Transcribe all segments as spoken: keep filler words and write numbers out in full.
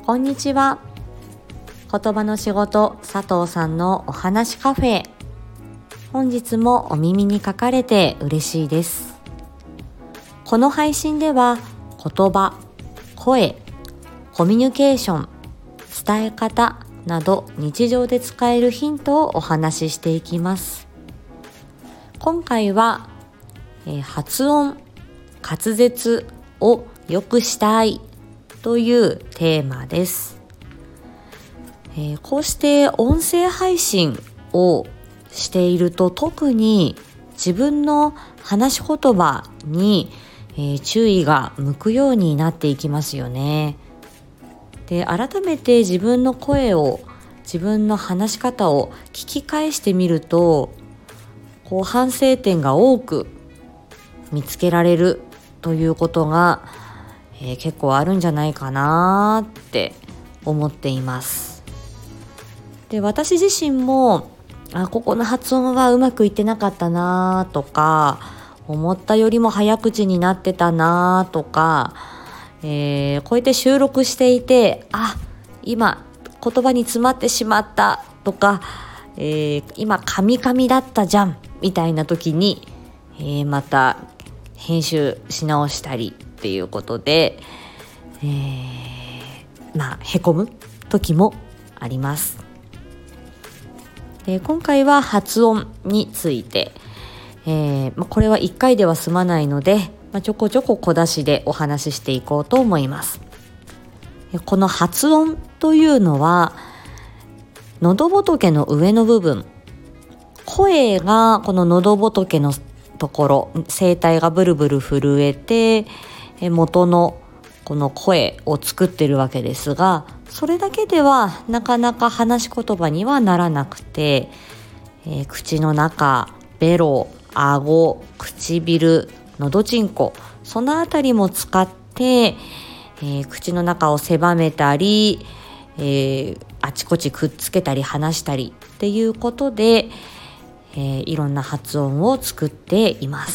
こんにちは。言葉の仕事佐藤さんのお話カフェ。本日もお耳に書かれて嬉しいです。この配信では言葉、声、コミュニケーション、伝え方など日常で使えるヒントをお話ししていきます。今回は、えー、発音、滑舌を良くしたいというテーマです。えー、こうして音声配信をしていると特に自分の話し言葉に、えー、注意が向くようになっていきますよね。で、改めて自分の声を、自分の話し方を聞き返してみると、こう反省点が多く見つけられるということが、えー、結構あるんじゃないかなって思っています。で、私自身もあここの発音はうまくいってなかったなとか、思ったよりも早口になってたなとか、えー、こうやって収録していてあ今言葉に詰まってしまったとか、えー、今カミカミだったじゃんみたいな時に、えー、また編集し直したりっていうことで、えー、まあへこむ時もあります。で、今回は発音について、えーまあ、これはいっかいでは済まないので、まあ、ちょこちょこ小出しでお話ししていこうと思います。この発音というのは喉仏の上の部分、声がこの喉仏のところ、声帯がブルブル震えて元のこの声を作ってるわけですが、それだけではなかなか話し言葉にはならなくて、えー、口の中、ベロ、顎、唇、のどちんこ、そのあたりも使って、えー、口の中を狭めたり、えー、あちこちくっつけたり離したりっていうことで、えー、いろんな発音を作っています。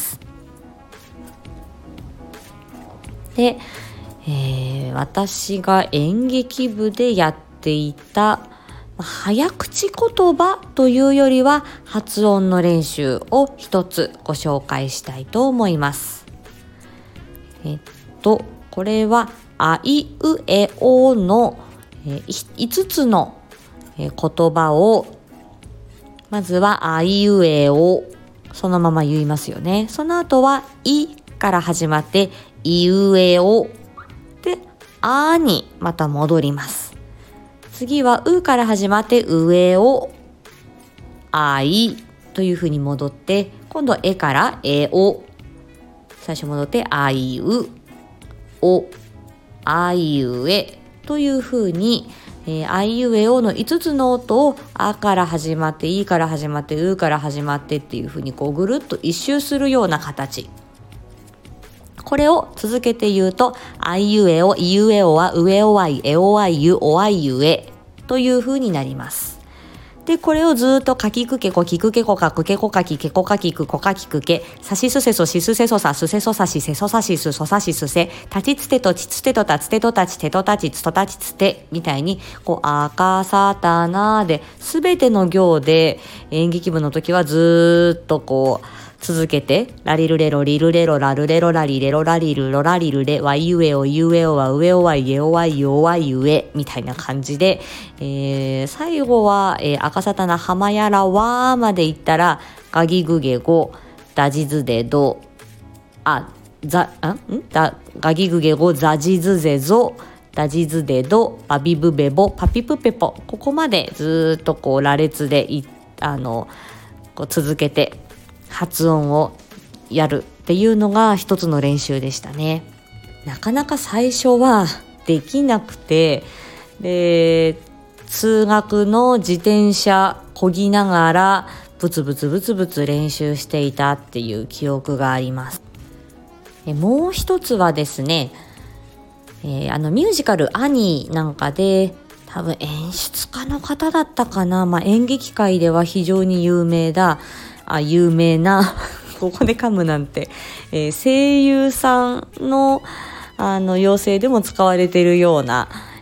で、えー、私が演劇部でやっていた早口言葉というよりは発音の練習を一つご紹介したいと思います。えっとこれはあいうえおの、えー、いつつの、えー、言葉をまずはあいうえおそのまま言いますよね。その後はいから始まっていうえおであにまた戻ります。次はうから始まって上をあいというふうに戻って、今度えからえお、最初戻ってあいうおあいうえというふうに、えー、あいうえおのいつつの音をあから始まっていから始まってうから始まってっていうふうにこうぐるっと一周するような形、これを続けて言うとあいうえおいうえおはうえおあいえおあいゆおあいゆえという風になります。で、これをずっとかきくけこきくけこかくけこかきけこかきくこかきくけさしすせそしすせそさすせそさしせそさしすそさしすせたちつてとちつてとたつてとたちてとたちつとたちつてみたいにこうあかさたなで全ての行で演劇部の時はずっとこう続けてラリルレロリルレロラルレロラリレロラリルロラリルレワイユエオユエオは上おわいえおわいよわいゆえみたいな感じで、えー、最後は、えー、赤さたなはまやらわまでいったらガギグゲゴダジズデドあザあんだガギグゲゴザジズゼゾダジズデドバビブベボパピプペポ、ここまでずっとこう羅列でいあのこう続けて発音をやるっていうのが一つの練習でしたね。なかなか最初はできなくて、で通学の自転車漕ぎながらブツブツブツブツ練習していたっていう記憶があります。でもう一つはですね、えー、あのミュージカルアニーなんかで多分演出家の方だったかな、まあ、演劇界では非常に有名だあ有名なここで噛むなんて、えー、声優さんのあの養成でも使われているような、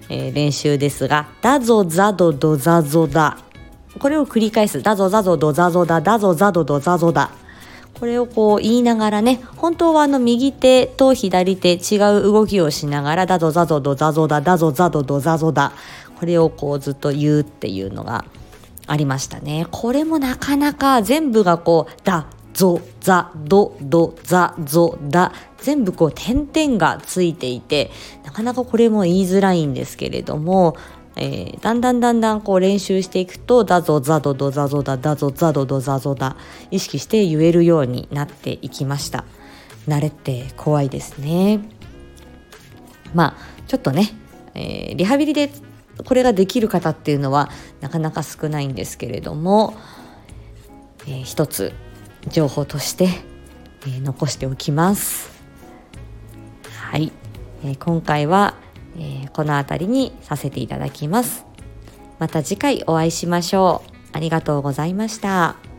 えー練習ですが、だぞざどどざぞだ、これを繰り返す。だぞざぞどざぞだ、だぞざどどざぞだ、これをこう言いながらね、本当はあの右手と左手違う動きをしながら、だぞざぞどざぞだ、だぞざどどざぞだ、これをこうずっと言うっていうのがありましたね。これもなかなか全部がこうだぞざどどざぞだ、全部こう点々がついていて、なかなかこれも言いづらいんですけれども、えー、だんだんだんだんこう練習していくと、だぞざどどざぞだ、だぞざどどざぞだ、意識して言えるようになっていきました。慣れって怖いですね。まあちょっとね、えー、リハビリでこれができる方っていうのはなかなか少ないんですけれども、えー、一つ情報として、えー、残しておきます。はい、えー、今回はえー、このあたりにさせていただきます。また次回お会いしましょう。ありがとうございました。